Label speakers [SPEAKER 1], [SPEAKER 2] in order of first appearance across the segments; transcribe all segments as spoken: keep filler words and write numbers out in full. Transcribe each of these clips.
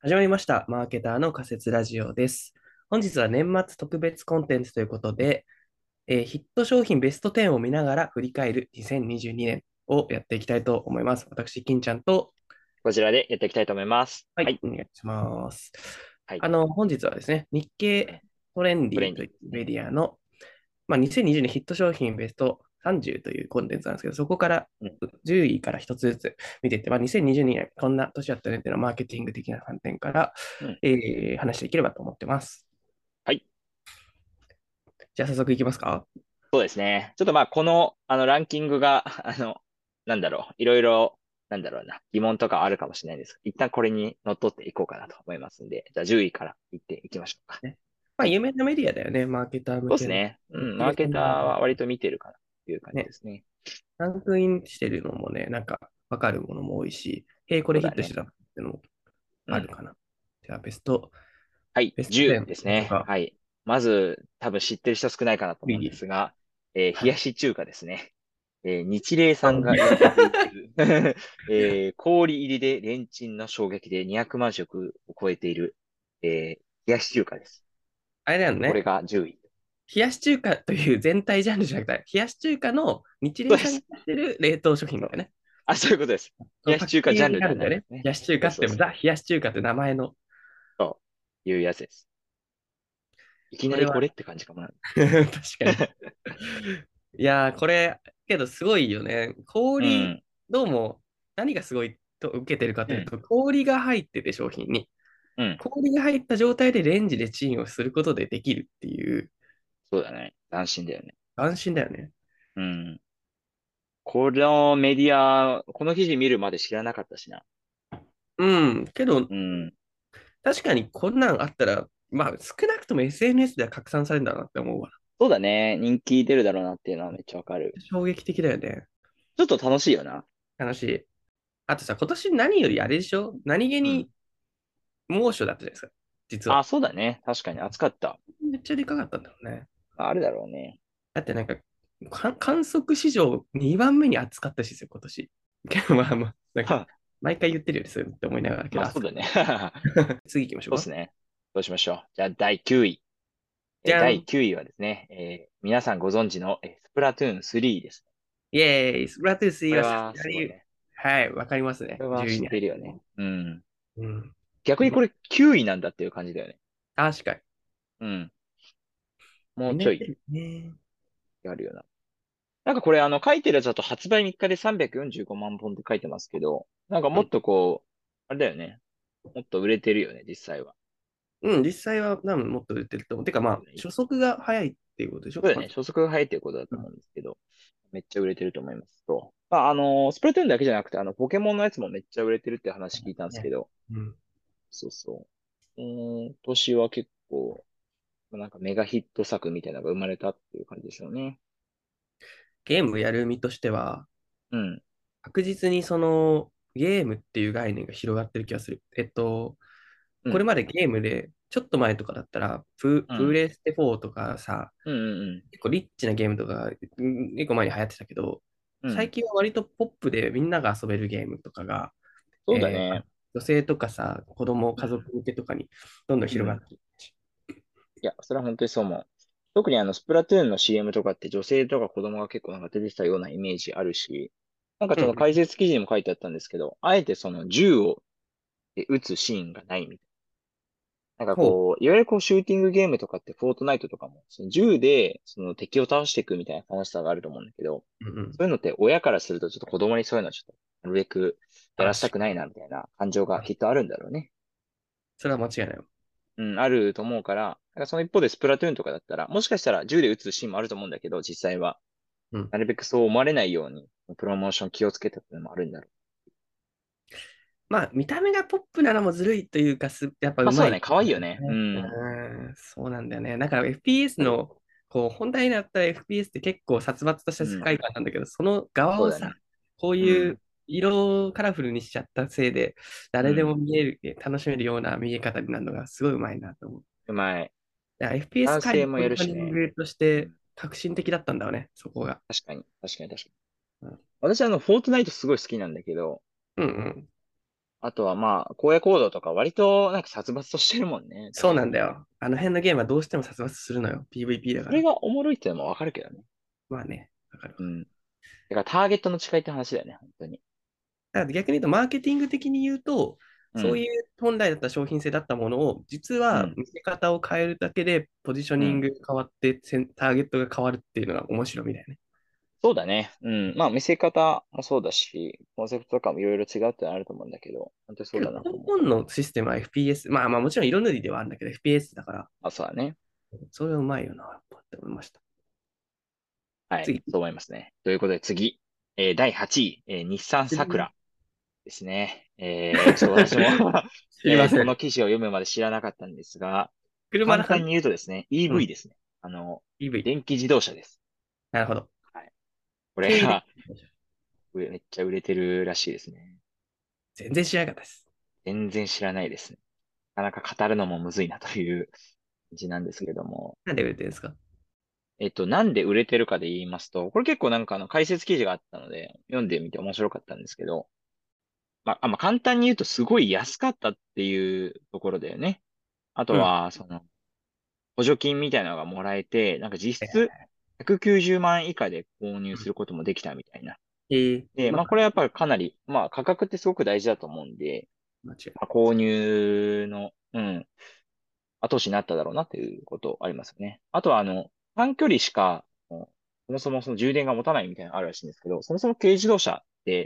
[SPEAKER 1] 始まりました。マーケターの仮説ラジオです。本日は年末特別コンテンツということで、えーヒット商品ベストじゅうを見ながら振り返るにせんにじゅうにねんをやっていきたいと思います。私、金ちゃんと、
[SPEAKER 2] こちらでやっていきたいと思います。
[SPEAKER 1] はい、
[SPEAKER 2] はい。
[SPEAKER 1] お願いします。
[SPEAKER 2] はい。
[SPEAKER 1] あの、本日はですね、日
[SPEAKER 2] うん。
[SPEAKER 1] 経トレンデ
[SPEAKER 2] トレン
[SPEAKER 1] ィというメ
[SPEAKER 2] ディですね。
[SPEAKER 1] ディアの、まあ、にせんにじゅうねんヒット商品ベストさんじゅうというコンテンツなんですけど、そこから
[SPEAKER 2] うん。
[SPEAKER 1] じゅういからひとつずつ見ていって、まあ、にせんにじゅうにねんこんな年だったねっていうのはマーケティング的な観点から、
[SPEAKER 2] うん。
[SPEAKER 1] えー話していければと思ってます。
[SPEAKER 2] はい。
[SPEAKER 1] じゃあ早速いきますか。
[SPEAKER 2] そうですね。ちょっとまあ、この、あの、ランキングが、あの、なんだろう。いろいろ、なんだろうな。疑問とかあるかもしれないですが、一旦これに乗っ取っていこうかなと思いますんで、じゃあじゅういからいっていきましょうか。
[SPEAKER 1] ね。まあ、
[SPEAKER 2] はい。
[SPEAKER 1] 有名なメディアだよね、マーケター向けの。
[SPEAKER 2] そうですね。うん。マーケター
[SPEAKER 1] 日経新聞
[SPEAKER 2] は割と見てるかなっていう感じ
[SPEAKER 1] ね、
[SPEAKER 2] ですね。
[SPEAKER 1] ランクインしてるのもね、なんかわかるものも多いし、へえ、これヒッ
[SPEAKER 2] そうだね。
[SPEAKER 1] トしてたっていうのも
[SPEAKER 2] うん。
[SPEAKER 1] あるかな。じゃあ、ベスト、
[SPEAKER 2] はい。
[SPEAKER 1] ベスト
[SPEAKER 2] じゅう
[SPEAKER 1] じゅうい
[SPEAKER 2] ですね。
[SPEAKER 1] きましょうか。
[SPEAKER 2] はい。まず、多分知ってる人少ないかなと思うんで
[SPEAKER 1] いい
[SPEAKER 2] すが、えー冷や
[SPEAKER 1] はい。
[SPEAKER 2] し中華ですね。えー日霊さんが売り
[SPEAKER 1] あ
[SPEAKER 2] 立てているえー氷入りでレンチンの衝撃でにひゃくまん食を超えている、えー冷やし中華です。
[SPEAKER 1] あれだよ
[SPEAKER 2] これ
[SPEAKER 1] ね。
[SPEAKER 2] がじゅうい。
[SPEAKER 1] 冷やし中華という全体ジャンルじゃなくて、冷やし中華の日
[SPEAKER 2] そうです。
[SPEAKER 1] 霊さんがやってる冷凍食品
[SPEAKER 2] そう。
[SPEAKER 1] だよね。
[SPEAKER 2] あ、そういうことです。
[SPEAKER 1] その
[SPEAKER 2] 冷やし中華
[SPEAKER 1] パッケージ
[SPEAKER 2] ジャンルでは
[SPEAKER 1] があるんだよね。
[SPEAKER 2] ないですね。
[SPEAKER 1] 冷やし中華って、
[SPEAKER 2] そうそうそう。
[SPEAKER 1] ザ・冷やし中華って名前の。
[SPEAKER 2] そういうやつです。いきなり
[SPEAKER 1] これは
[SPEAKER 2] これって感じかもな。
[SPEAKER 1] 確かに。いやー、これ、けどすごいよね。氷、
[SPEAKER 2] うん。
[SPEAKER 1] どうも、何がすごいと受けてるかと
[SPEAKER 2] うん。
[SPEAKER 1] いうと、氷が入ってて、商品に。
[SPEAKER 2] うん。
[SPEAKER 1] 氷が入った状態でレンジでチンをすることでできるっていう、
[SPEAKER 2] そうだね。斬新だよね。
[SPEAKER 1] 安心だよね。
[SPEAKER 2] うん。このメディア、この記事見るまで知らなかったしな。
[SPEAKER 1] うん。けど、
[SPEAKER 2] うん。
[SPEAKER 1] 確かにこんなんあったら、まあ、少なくとも エスエヌエス では拡散されるんだなって思うわ。
[SPEAKER 2] そうだね。人気出るだろうなっていうのはめっちゃわかる。
[SPEAKER 1] 衝撃的だよね。
[SPEAKER 2] ちょっと楽しいよな。
[SPEAKER 1] 楽しい。あとさ、今年何よりあれでしょ何気
[SPEAKER 2] うん。
[SPEAKER 1] に猛暑だったじゃないですか。実
[SPEAKER 2] あ、
[SPEAKER 1] は。
[SPEAKER 2] そうだね。確かに暑かった。
[SPEAKER 1] めっちゃでかかったんだろうね。
[SPEAKER 2] あるだろうね。
[SPEAKER 1] だってなんか、か観測史上にばんめに暑かったしですよ、今年。けどまあまあ、なんか、
[SPEAKER 2] は
[SPEAKER 1] 毎回言ってるよりそうって思いながらけど暑かっ
[SPEAKER 2] まあそうだね。
[SPEAKER 1] た。次行きましょうか。
[SPEAKER 2] そうですね。どうしましょう。じゃあだいきゅうい。えー、だい
[SPEAKER 1] じゃん。
[SPEAKER 2] きゅういはですね、えー皆さんご存知の、えースプラトゥーンスリーです。
[SPEAKER 1] イェーイ、スプラトゥーンスリーはさす
[SPEAKER 2] これは
[SPEAKER 1] がに、
[SPEAKER 2] すごいね。
[SPEAKER 1] はい、わかりますね。
[SPEAKER 2] これは
[SPEAKER 1] 10位
[SPEAKER 2] 知っ
[SPEAKER 1] に入ってる。
[SPEAKER 2] ているよね。うん。
[SPEAKER 1] うん。
[SPEAKER 2] 逆にこれきゅういなんだっていう感じだよね。
[SPEAKER 1] 確かに。
[SPEAKER 2] うん。もうちょい
[SPEAKER 1] みんな言ってるね。
[SPEAKER 2] あるよな。なんかこれあの書いてるやつだと発売みっかでさんびゃくよんじゅうごまん本って書いてますけど、なんか
[SPEAKER 1] うん。
[SPEAKER 2] もっとこう、あれだよね。もっと売れてるよね、実際は。
[SPEAKER 1] うん、実際は多分もっと売れてると思う。てかまあ、初速が早いっていうことでしょ
[SPEAKER 2] そうだよね。
[SPEAKER 1] まず。
[SPEAKER 2] 初速が早いっていうことだと
[SPEAKER 1] うん。
[SPEAKER 2] 思うんですけど、めっちゃ売れてると思いますと。まあ、あの、スプラトゥーンだけじゃなくて、あの、ポケモンのやつもめっちゃ売れてるって話聞いたんですけ
[SPEAKER 1] ね。
[SPEAKER 2] ど、
[SPEAKER 1] うん。
[SPEAKER 2] そうそう。うーん、今年は結構、なんかメガヒット作みたいなのが生まれたっていう感じですよね。
[SPEAKER 1] ゲームやる身としては、
[SPEAKER 2] うん、
[SPEAKER 1] 確実にそのゲームっていう概念が広がってる気がする。えっと、
[SPEAKER 2] うん、
[SPEAKER 1] これまでゲームで、ちょっと前とかだったら、プ、プ
[SPEAKER 2] うん、
[SPEAKER 1] レステフォーとかさ、
[SPEAKER 2] うん、うん、
[SPEAKER 1] 結構リッチなゲームとか、うん結構前に流行ってたけど、
[SPEAKER 2] うん。うん。
[SPEAKER 1] 最近は割とポップでみんなが遊べるゲームとかが、えー
[SPEAKER 2] そうだね。
[SPEAKER 1] 女性とかさ、子供、
[SPEAKER 2] うん、
[SPEAKER 1] 家族向けとかにどんどん
[SPEAKER 2] うん。
[SPEAKER 1] 広がってる。
[SPEAKER 2] いや、それは本当にそう思う。特にあの、スプラトゥーンの シーエム とかって女性とか子供が結構なんか出てきたようなイメージあるし、なんか
[SPEAKER 1] うん。
[SPEAKER 2] その解説記事にも書いてあったんですけど、あえてその銃を撃つシーンがないみたいな。なんか
[SPEAKER 1] ほう。
[SPEAKER 2] こう、いわゆるこうシューティングゲームとかってフォートナイトとかも、その銃でその敵を倒していくみたいな楽しさがあると思うんだけど、
[SPEAKER 1] うんうん。
[SPEAKER 2] そういうのって親からするとちょっと子供にそういうのはちょっと、なるべくやらせたくない
[SPEAKER 1] 確かに。
[SPEAKER 2] なみたいな感情がきっとあるんだろうね。
[SPEAKER 1] それは間違いないわ。
[SPEAKER 2] うん、あると思うから、だからその一方でスプラトゥーンとかだったら、もしかしたら銃で撃つシーンもあると思うんだけど、実際は。
[SPEAKER 1] うん。
[SPEAKER 2] なるべくそう思われないように、プロモーション気をつけたっていうのもあるんだろ
[SPEAKER 1] まあ、見た目がポップなのもずるいというか、す、やっぱ
[SPEAKER 2] う。まあそうだね、
[SPEAKER 1] うまい。
[SPEAKER 2] 可愛いよね。う
[SPEAKER 1] ね。
[SPEAKER 2] ん。
[SPEAKER 1] うん、そうなんだよね。だから エフピーエス
[SPEAKER 2] ある。
[SPEAKER 1] の、こう、本来だったら エフピーエス って結構殺伐とした世
[SPEAKER 2] うん。
[SPEAKER 1] 界観なんだけど、その側をさ、
[SPEAKER 2] そうだね。
[SPEAKER 1] こう
[SPEAKER 2] うん。
[SPEAKER 1] いう色をカラフルにしちゃったせいで、誰でも
[SPEAKER 2] うん。
[SPEAKER 1] 見える、楽しめるような見え方になるのがすごいうまいなと思う。
[SPEAKER 2] うまい。
[SPEAKER 1] だから エフピーエス
[SPEAKER 2] 男
[SPEAKER 1] 界の
[SPEAKER 2] 性もや
[SPEAKER 1] ポジショニン
[SPEAKER 2] るしね。
[SPEAKER 1] グとして
[SPEAKER 2] うん。
[SPEAKER 1] 革新的だったんだよね、そこが。
[SPEAKER 2] 確かに、確かに、確かに。
[SPEAKER 1] うん
[SPEAKER 2] 私あの、フォートナイトすごい好きなんだけど、
[SPEAKER 1] うん
[SPEAKER 2] あとはまあ、荒野行動とか割となんか殺伐としてるもんね。
[SPEAKER 1] そう
[SPEAKER 2] 確かに。
[SPEAKER 1] なんだよ。あの辺のゲームはどうしても殺伐するのよ。ピーブイピー だから。
[SPEAKER 2] それがおもろいっていうのもわかるけどね。
[SPEAKER 1] まあね、わかるわ。
[SPEAKER 2] うん。だからターゲットの違いって話だよね、本当に。
[SPEAKER 1] だから逆に言うと、マーケティング的に言うと、
[SPEAKER 2] うん。
[SPEAKER 1] そういう本来だった商品性だったものを、実は
[SPEAKER 2] うん。
[SPEAKER 1] 見せ方を変えるだけで、ポジショ
[SPEAKER 2] うん。
[SPEAKER 1] ニングが変わって、センターゲットが変わるっていうのが面白みだよね。
[SPEAKER 2] そうだね。うん。まあ、見せ方もそうだし、コンセプトとかもいろいろ違うってのはあると思うんだけど、本当にそう
[SPEAKER 1] けど、
[SPEAKER 2] だなと思う。
[SPEAKER 1] 根本のシステムは エフピーエス、まあまあもちろん色塗りではあるんだけど、エフピーエス だから、
[SPEAKER 2] あ、そうだね。
[SPEAKER 1] それはうまいよな、やっぱって思いました。
[SPEAKER 2] はい。
[SPEAKER 1] 次。
[SPEAKER 2] そう思いますね。ということで次、えーだいはちい、えー日産サク
[SPEAKER 1] 知
[SPEAKER 2] ラですね。えーちょっと私もえーこの
[SPEAKER 1] りません。
[SPEAKER 2] 記事を読むまで知らなかったんですが、
[SPEAKER 1] 車の話。
[SPEAKER 2] 簡単に言うとですね、
[SPEAKER 1] う
[SPEAKER 2] イーブイ
[SPEAKER 1] ん。
[SPEAKER 2] ですね。あの、
[SPEAKER 1] イーブイ。
[SPEAKER 2] 電気自動車です。
[SPEAKER 1] なるほど。
[SPEAKER 2] はい。これ
[SPEAKER 1] 軽油で。
[SPEAKER 2] が売れめっちゃ売れてるらしいですね。
[SPEAKER 1] 全然知らなかったです。
[SPEAKER 2] 全然知らないですね。なかなか語るのもむずいなという感じなんですけども。
[SPEAKER 1] なんで売れてるんですか？
[SPEAKER 2] えっと、なんで売れてるかで言いますと、これ結構なんかあの解説記事があったので、読んでみて面白かったんですけど、まあ、あまあ、簡単に言うとすごい安かったっていうところだよね。あと
[SPEAKER 1] うん。
[SPEAKER 2] は、その、補助金みたいなのがもらえて、なんか実質
[SPEAKER 1] はいはい。
[SPEAKER 2] ひゃくきゅうじゅうまん円以下で購入することもできたみたいな。
[SPEAKER 1] えー、
[SPEAKER 2] で、
[SPEAKER 1] まあ、
[SPEAKER 2] まあこれはやっぱりかなり、まあ価格ってすごく大事だと思うんで、
[SPEAKER 1] 間違いない。
[SPEAKER 2] まあ、購入の、うん、後押しになっただろうなっていうことありますよね。あとはあの、短距離しか、もうそもそもその充電が持たないみたいなのあるらしいんですけど、そもそも軽自動車って、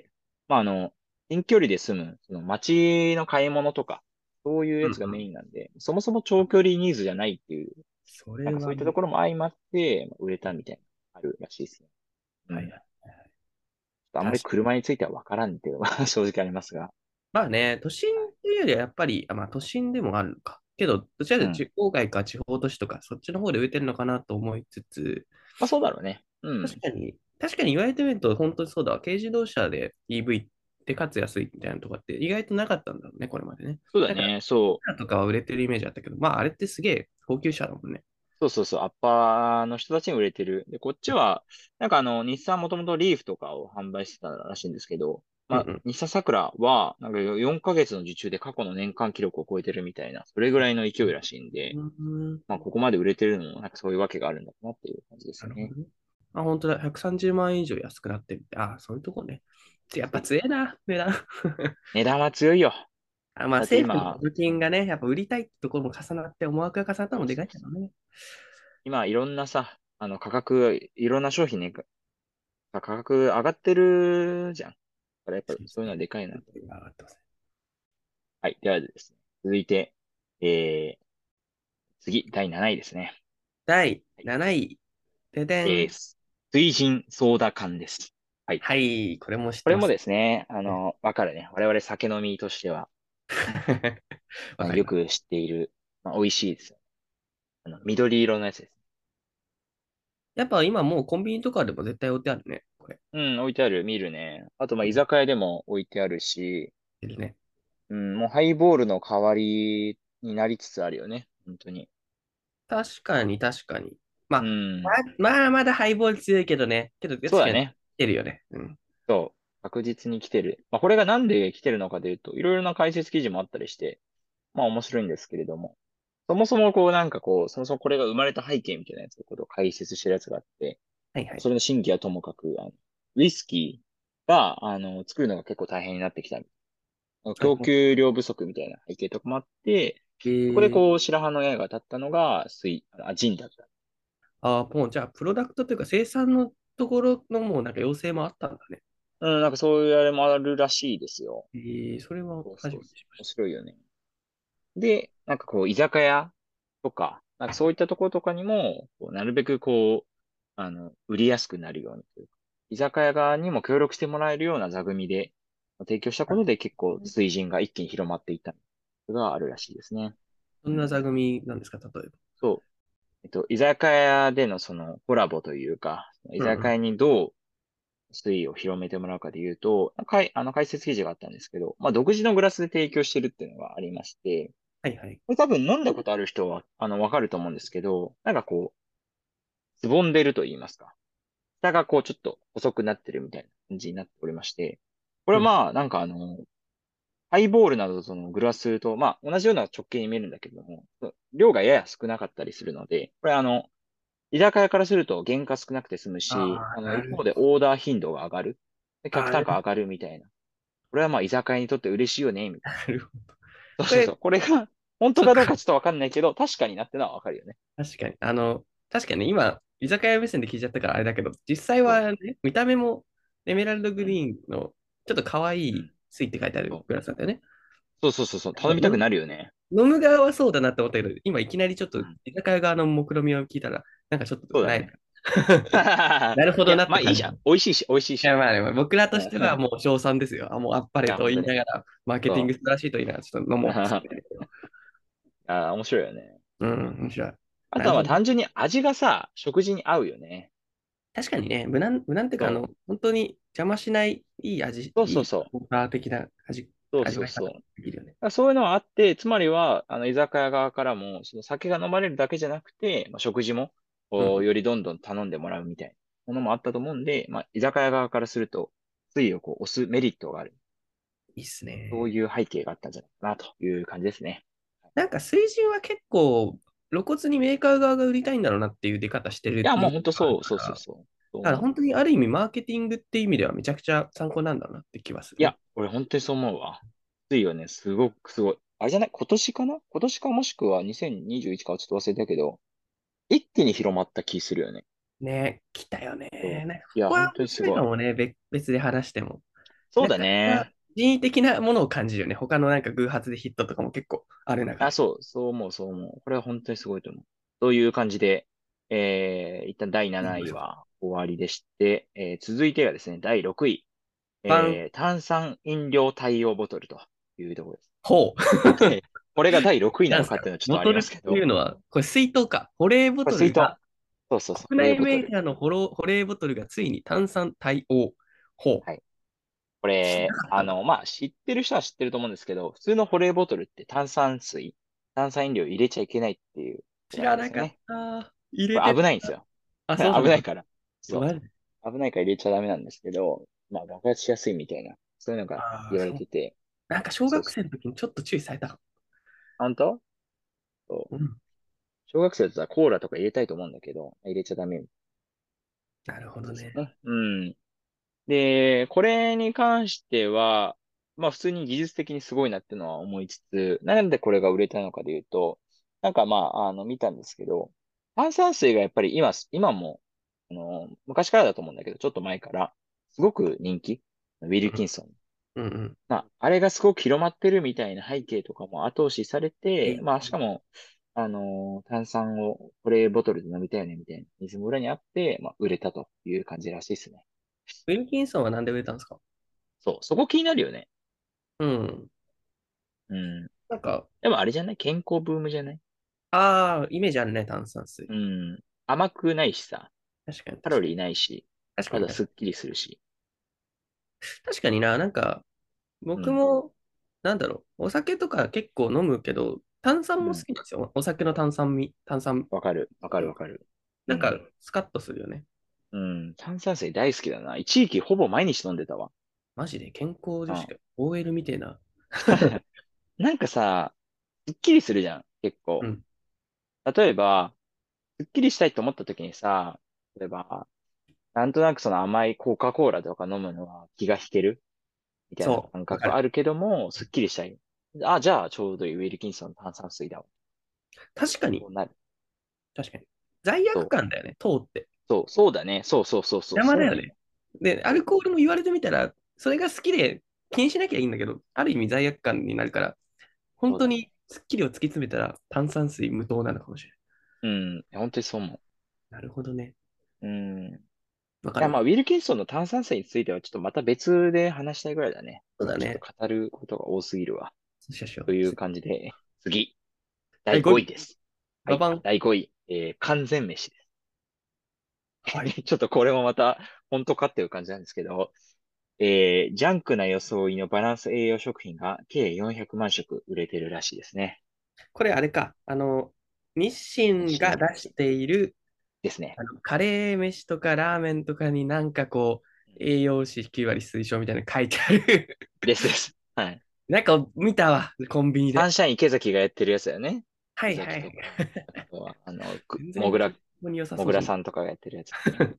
[SPEAKER 2] まああの、近距離で済む、その街の買い物とか、そういう
[SPEAKER 1] うんう
[SPEAKER 2] やつがメイ
[SPEAKER 1] ん。
[SPEAKER 2] ンなんで、そもそも長距離ニーズじゃないっていう、
[SPEAKER 1] それは、
[SPEAKER 2] なんかそういったところも相まって、まあ売れたみたいな、あるらしいですね。うん。ちょっ
[SPEAKER 1] はいはい。
[SPEAKER 2] とあんまり
[SPEAKER 1] 確かに。
[SPEAKER 2] 車についてはわからんっていうのが正直ありますが。
[SPEAKER 1] まあね、都心
[SPEAKER 2] はい。
[SPEAKER 1] っていうよりはやっぱり、あ、まあ都心でもあるのか。けど、どちらかというと
[SPEAKER 2] うん。
[SPEAKER 1] 地方外か地方都市とか、そっちの方で植えてるのかなと思いつつ、
[SPEAKER 2] まあそうだろうね。うん。
[SPEAKER 1] 確かに、確かに言われてみると、本当にそうだわ。軽自動車で イーブイ ってかつ安いみたいなとかって意外となかったんだろうね、これまでね。なんか、
[SPEAKER 2] そうだね。そう。
[SPEAKER 1] 車とかは売れてるイメージあったけど、まああれってすげえ高級車だもんね。
[SPEAKER 2] そうそうそう、アッパーの人たちに売れてる。で、こっちは、なんかあの、日産もともとリーフとかを販売してたらしいんですけど、まあ、
[SPEAKER 1] うん
[SPEAKER 2] 日産サクラは、なんかよんかげつの受注で過去の年間記録を超えてるみたいな、それぐらいの勢いらしいんで、
[SPEAKER 1] うん。うん、
[SPEAKER 2] まあ、ここまで売れてるのも、なんかそういうわけがあるんだなっていう感じですよね。
[SPEAKER 1] なるほどね。あ、本当だ。ひゃくさんじゅうまん円以上安くなってるって。あ、そういうとこね。やっぱ
[SPEAKER 2] 安い。
[SPEAKER 1] 強えな、値段。
[SPEAKER 2] 値段は強いよ。
[SPEAKER 1] あ、まあ
[SPEAKER 2] だって
[SPEAKER 1] 政府の補
[SPEAKER 2] 今、
[SPEAKER 1] 助金がね、やっぱ売りたいってところも重なって、思惑が重なったのもでか
[SPEAKER 2] そうそうそう。
[SPEAKER 1] いけどね。
[SPEAKER 2] 今、いろんなさ、あの、価格、いろんな商品ね、価格上がってるじゃん。だからやっぱ
[SPEAKER 1] そうですね。
[SPEAKER 2] そういうのはでかいなと。
[SPEAKER 1] 上がってますね。
[SPEAKER 2] はい。ではですね、続いて、えー、次、だいなないですね。
[SPEAKER 1] だい
[SPEAKER 2] はい。
[SPEAKER 1] なない。でで
[SPEAKER 2] えー、
[SPEAKER 1] ん。
[SPEAKER 2] 水神ソーダ缶です。はい。
[SPEAKER 1] はい、これも知っ
[SPEAKER 2] これも
[SPEAKER 1] てます。
[SPEAKER 2] ですね、あの、わかるね。我々酒飲みとしては、
[SPEAKER 1] わかります。
[SPEAKER 2] よく知っている、まあ、美味しいですよ。あの、緑色のやつです。
[SPEAKER 1] やっぱ今もうコンビニとかでも絶対置いてあるね、これ。
[SPEAKER 2] うん、置いてある、見るね。あと、まあ、
[SPEAKER 1] うん、
[SPEAKER 2] 居酒屋でも置いてあるし、
[SPEAKER 1] いるね。
[SPEAKER 2] うん、もうハイボールの代わりになりつつあるよね。本当に。
[SPEAKER 1] 確かに、確かに。ま
[SPEAKER 2] う
[SPEAKER 1] あ、
[SPEAKER 2] ん。
[SPEAKER 1] ま、まあ、まだハイボール強いけどね。けど、確かに、
[SPEAKER 2] そうだね。
[SPEAKER 1] いるよね。うん。
[SPEAKER 2] そう。確実に来てる。まあ、これがなんで来てるのかというと、いろいろな解説記事もあったりして、まあ面白いんですけれども。そもそもこうなんかこう、そもそもこれが生まれた背景みたいなやつをことを解説してるやつがあって、
[SPEAKER 1] はいはい。
[SPEAKER 2] それの真偽はともかく、あの、ウイスキーが、あの、作るのが結構大変になってきた。
[SPEAKER 1] あ、
[SPEAKER 2] 供給量不足みたいな背景とかもあって、
[SPEAKER 1] え
[SPEAKER 2] そこで
[SPEAKER 1] ー、
[SPEAKER 2] こう、白羽の矢が立ったのが、水、あ、ジンだった。
[SPEAKER 1] あー、もう、じゃあ、プロダクトというか、生産のところのもうなんか要請もあったんだね。
[SPEAKER 2] うん、なんかそういうあれもあるらしいですよ。
[SPEAKER 1] えー、それは
[SPEAKER 2] そう
[SPEAKER 1] 初
[SPEAKER 2] そうそう。面
[SPEAKER 1] めて知りまし
[SPEAKER 2] 白いよね。で、なんかこう、居酒屋とか、なんかそういったところとかにも、こうなるべくこう、あの、売りやすくなるようにというか、居酒屋側にも協力してもらえるような座組で提供した
[SPEAKER 1] た。あ、
[SPEAKER 2] ことで結構水準が一気に広まっていったのがあるらしいですね。
[SPEAKER 1] どんな
[SPEAKER 2] うん。
[SPEAKER 1] 座組なんですか、例えば。
[SPEAKER 2] そう。えっと、居酒屋でのそのコラボというか、居
[SPEAKER 1] うんうん。
[SPEAKER 2] 酒屋にどう水位を広めてもらうかでいうと、かい、あの解説記事があったんですけど、まあ独自のグラスで提供してるっていうのがありまして、
[SPEAKER 1] はいはい。
[SPEAKER 2] これ多分飲んだことある人は、あの、わかると思うんですけど、なんかこう、つぼんでると言いますか。下がこう、ちょっと細くなってるみたいな感じになっておりまして、これ
[SPEAKER 1] うん。
[SPEAKER 2] はまあ、なんかあの、 ハイボールなどとのグラスすると、まあ、同じような直径に見えるんだけども、量がやや少なかったりするので、これあの、居酒屋からすると原価少なくて済むし、
[SPEAKER 1] ああ、
[SPEAKER 2] あの、
[SPEAKER 1] なる
[SPEAKER 2] 一方でオーダー頻度が上がる。で、客
[SPEAKER 1] あー、
[SPEAKER 2] 単価上がるみたいな。これはまあ居酒屋にとって嬉しいよね、みたい
[SPEAKER 1] なるほど。
[SPEAKER 2] な。そう
[SPEAKER 1] これ、
[SPEAKER 2] そうそう。これが本当
[SPEAKER 1] そっか、
[SPEAKER 2] かどうかちょっとわかんないけど、確かになってのはわかるよね。
[SPEAKER 1] 確かに。あの、確かにね今、居酒屋目線で聞いちゃったからあれだけど、実際
[SPEAKER 2] そう。
[SPEAKER 1] はね、見た目もエメラルドグ
[SPEAKER 2] うん。
[SPEAKER 1] リーンのちょっと可愛い
[SPEAKER 2] うん。
[SPEAKER 1] スイって書いてあるグラスなんだよね。
[SPEAKER 2] そうそうそうそうそう。頼みたく
[SPEAKER 1] 飲
[SPEAKER 2] なるよね。
[SPEAKER 1] 飲む側はそうだなって思ったけど、今いきなりちょっと
[SPEAKER 2] うん。
[SPEAKER 1] 居酒屋側の目論見みを聞いたら、なんかちょっとない。
[SPEAKER 2] そうだね。
[SPEAKER 1] なるほ
[SPEAKER 2] いや、
[SPEAKER 1] どなって感じ。
[SPEAKER 2] まあいいじゃん。美味しいし、美味しいし。
[SPEAKER 1] いや、まあね、僕らとしては
[SPEAKER 2] うん。
[SPEAKER 1] もう賞賛ですよ。あ、もうあっぱ
[SPEAKER 2] いや、
[SPEAKER 1] れと
[SPEAKER 2] 本当ね。
[SPEAKER 1] 言いながら、マーケティング
[SPEAKER 2] そ
[SPEAKER 1] 素晴らしいと言いながら、ちょっと飲
[SPEAKER 2] う。
[SPEAKER 1] もうっつってるけど。
[SPEAKER 2] あー、面白いよね。
[SPEAKER 1] うん、面白い。
[SPEAKER 2] あとはまあ
[SPEAKER 1] なるほど。
[SPEAKER 2] 単純に味がさ、食事に合うよね。
[SPEAKER 1] 確かにね、無難、無難っていうか、あ
[SPEAKER 2] そう。
[SPEAKER 1] の、本当に邪魔しないいい味、
[SPEAKER 2] そう
[SPEAKER 1] いい
[SPEAKER 2] そうそう。
[SPEAKER 1] オーバー的な味、
[SPEAKER 2] そう
[SPEAKER 1] 味わい方
[SPEAKER 2] そうそう。
[SPEAKER 1] できるよね。
[SPEAKER 2] あそういうのはあって、つまりは、あの、居酒屋側からも、その酒が飲まれるだけじゃなくて、まあ、食事も、こう、
[SPEAKER 1] うん、
[SPEAKER 2] よりどんどん頼んでもらうみたいなものもあったと思うんで、まあ、居酒屋側からすると、ついをこう、押すメリットがある。
[SPEAKER 1] いいっすね。
[SPEAKER 2] そういう背景があったんじゃないかな、という感じですね。
[SPEAKER 1] なんか水準は結構露骨にメーカー側が売りたいんだろうなっていう出方してる
[SPEAKER 2] いや、もう
[SPEAKER 1] 印象がある
[SPEAKER 2] 本当そう、そうそう
[SPEAKER 1] から、
[SPEAKER 2] そう。そう
[SPEAKER 1] だから
[SPEAKER 2] 思う。
[SPEAKER 1] 本当にある意味マーケティングっていう意味ではめちゃくちゃ参考なんだろうなって気はするね。
[SPEAKER 2] いや、俺本当にそう思うわ。ついはね、すごくすごい。あれじゃない今年かな今年かもしくはにせんにじゅういちかはちょっと忘れたけど、一気に広まった気するよね。
[SPEAKER 1] ね、来たよね。
[SPEAKER 2] そう。
[SPEAKER 1] なんか
[SPEAKER 2] いや、本当
[SPEAKER 1] ここは面
[SPEAKER 2] にすごい。
[SPEAKER 1] 白いかもね、別別で話しても。
[SPEAKER 2] そうだ
[SPEAKER 1] なかなか
[SPEAKER 2] ね。
[SPEAKER 1] 人為的なものを感じるよね。他のなんか偶発でヒットとかも結構ある中
[SPEAKER 2] あ、
[SPEAKER 1] で。
[SPEAKER 2] そう、そう思う、そう思う。これは本当にすごいと思う。という感じで、えー、一旦だいなないい
[SPEAKER 1] 行きましょうか。
[SPEAKER 2] は終わりでして、えー、続いてがですね、だいろくい、
[SPEAKER 1] パン、
[SPEAKER 2] えー、炭酸飲料対応ボトルというところです。
[SPEAKER 1] ほう。
[SPEAKER 2] で、これがだいろくいな
[SPEAKER 1] なんすか
[SPEAKER 2] のかっていうのはちょっとあり
[SPEAKER 1] ボトルっ
[SPEAKER 2] ますけど、
[SPEAKER 1] ていうのは、これ水筒か。保冷ボ
[SPEAKER 2] これ水筒。
[SPEAKER 1] トルが、
[SPEAKER 2] そうそうそう、保冷
[SPEAKER 1] 国内
[SPEAKER 2] ボトル。
[SPEAKER 1] メーカーの保冷保冷ボトルがついに炭酸対応。ほう。
[SPEAKER 2] はい。こ
[SPEAKER 1] 知ら
[SPEAKER 2] れ、
[SPEAKER 1] なかったんだ。
[SPEAKER 2] あの、まあ、知ってる人は知ってると思うんですけど、普通の保冷ボトルって炭酸水、炭酸飲料入れちゃいけないっていうの
[SPEAKER 1] 知
[SPEAKER 2] がある
[SPEAKER 1] らなかっ
[SPEAKER 2] んですよね。
[SPEAKER 1] た。入れ
[SPEAKER 2] これ
[SPEAKER 1] てた。
[SPEAKER 2] 危ないんですよ。
[SPEAKER 1] あ、そうなんだ。
[SPEAKER 2] 危ないから。そう。
[SPEAKER 1] マジで。
[SPEAKER 2] 危ないから入れちゃダメなんですけど、まあ、爆発しやすいみたいな、そういうのが
[SPEAKER 1] ああ、
[SPEAKER 2] 言われ
[SPEAKER 1] そう。
[SPEAKER 2] てて、
[SPEAKER 1] なんか小
[SPEAKER 2] そうそう。
[SPEAKER 1] 学生の時にちょっと注意されたか
[SPEAKER 2] 本当そう。
[SPEAKER 1] も。うん。
[SPEAKER 2] 小学生だったらコーラとか入れたいと思うんだけど、入れちゃダメ
[SPEAKER 1] なるほどね。
[SPEAKER 2] ですね。うん。で、これに関しては、まあ普通に技術的にすごいなっていうのは思いつつ、なんでこれが売れたのかで言うと、なんかまあ、あの、見たんですけど、炭酸水がやっぱり今、今も、あの、昔からだと思うんだけど、ちょっと前から、すごく人気。ウィルキンソン。
[SPEAKER 1] うんうん。
[SPEAKER 2] まあ、あれがすごく広まってるみたいな背景とかも後押しされて、
[SPEAKER 1] え、
[SPEAKER 2] まあ、しかも、あの炭酸をこれボトルで飲みたいよねみたいなニーズも裏にあって、まあ、売れたという感じらしいですね。
[SPEAKER 1] ウィルキンソンはなんで売れたんですか？
[SPEAKER 2] そう、そこ気になるよね。
[SPEAKER 1] うん。
[SPEAKER 2] うん。
[SPEAKER 1] なんか、
[SPEAKER 2] でもあれじゃない健康ブームじゃない
[SPEAKER 1] ああ、イメージあるね、炭酸水。
[SPEAKER 2] うん。甘くないしさ、
[SPEAKER 1] 確かに
[SPEAKER 2] カロリー
[SPEAKER 1] 確かに。
[SPEAKER 2] ないし、
[SPEAKER 1] 確かに確かに。
[SPEAKER 2] ただすっきりするし。
[SPEAKER 1] 確かにな、なんか、
[SPEAKER 2] うん。
[SPEAKER 1] 僕も、なんだろう、お酒とか結構飲むけど、炭酸も好
[SPEAKER 2] うん。
[SPEAKER 1] きなんですよ。お酒の炭酸味、炭酸。
[SPEAKER 2] わかる。わかるわかる。う
[SPEAKER 1] なんか、
[SPEAKER 2] ん。
[SPEAKER 1] スカッとするよね。
[SPEAKER 2] うん。炭酸水大好きだな。一時期ほぼ毎日飲んでたわ。
[SPEAKER 1] マジで健康
[SPEAKER 2] うん。
[SPEAKER 1] 女子が オーエル みてえな。
[SPEAKER 2] なんかさ、すっきりするじゃん。結構。
[SPEAKER 1] うん。
[SPEAKER 2] 例えば、すっきりしたいと思った時にさ、例えば、なんとなくその甘いコカ・コーラとか飲むのは気が引けるみたいな
[SPEAKER 1] そう、わかる。
[SPEAKER 2] 感覚はあるけども、すっきりしたい。あ、じゃあちょうどいいウィルキンソンの炭酸水だわ。
[SPEAKER 1] 確かに、
[SPEAKER 2] そうなる。
[SPEAKER 1] 確かに。罪悪
[SPEAKER 2] そう。
[SPEAKER 1] 感だよね、糖って。
[SPEAKER 2] そう、そうだね。そうそうそうそう。
[SPEAKER 1] 邪魔だよね。
[SPEAKER 2] そうなんよ。
[SPEAKER 1] で、ア
[SPEAKER 2] そう。
[SPEAKER 1] ルコールも言われてみたら、それが好きで気にしなきゃいいんだけど、ある意味罪悪感になるから、本当に
[SPEAKER 2] そうだね。
[SPEAKER 1] スッキリを突き詰めたら炭酸水無糖なのかもしれない。
[SPEAKER 2] うん。本当にそう思
[SPEAKER 1] なるほどね。
[SPEAKER 2] う。うん。いや、まあ、ウ
[SPEAKER 1] わかるわ。
[SPEAKER 2] ィルキンソンの炭酸水についてはちょっとまた別で話したいぐらいだね。
[SPEAKER 1] そうだね。
[SPEAKER 2] 今ちょっと語ることが多すぎるわ。
[SPEAKER 1] そうしましょう。
[SPEAKER 2] という感じで、次、だい
[SPEAKER 1] だい5
[SPEAKER 2] ごい
[SPEAKER 1] 位。
[SPEAKER 2] です。はい。
[SPEAKER 1] ババン。
[SPEAKER 2] だいごい、えー、完全飯です。
[SPEAKER 1] はい。
[SPEAKER 2] ちょっとこれもまた、本当かっていう感じなんですけど、えー、ジャンクな装いのバランス栄養食品が計よんひゃくまん食売れてるらしいですね。
[SPEAKER 1] これあれか。あの、日清
[SPEAKER 2] 日清
[SPEAKER 1] が出している
[SPEAKER 2] ですね。
[SPEAKER 1] あのカレー飯とかラーメンとかになんかこう、栄養士きゅう割推奨みたいなの書いてある。
[SPEAKER 2] ですです。はい。
[SPEAKER 1] なんか見たわ、コンビニで。
[SPEAKER 2] サンシャイン池崎がやってるやつだよね。池
[SPEAKER 1] はいはいはい。
[SPEAKER 2] 崎とか、あとは、あの、く
[SPEAKER 1] 全然
[SPEAKER 2] もぐら、
[SPEAKER 1] 健康に良さ
[SPEAKER 2] もぐら
[SPEAKER 1] そうじゃん。
[SPEAKER 2] さんとかがやってるやつだね。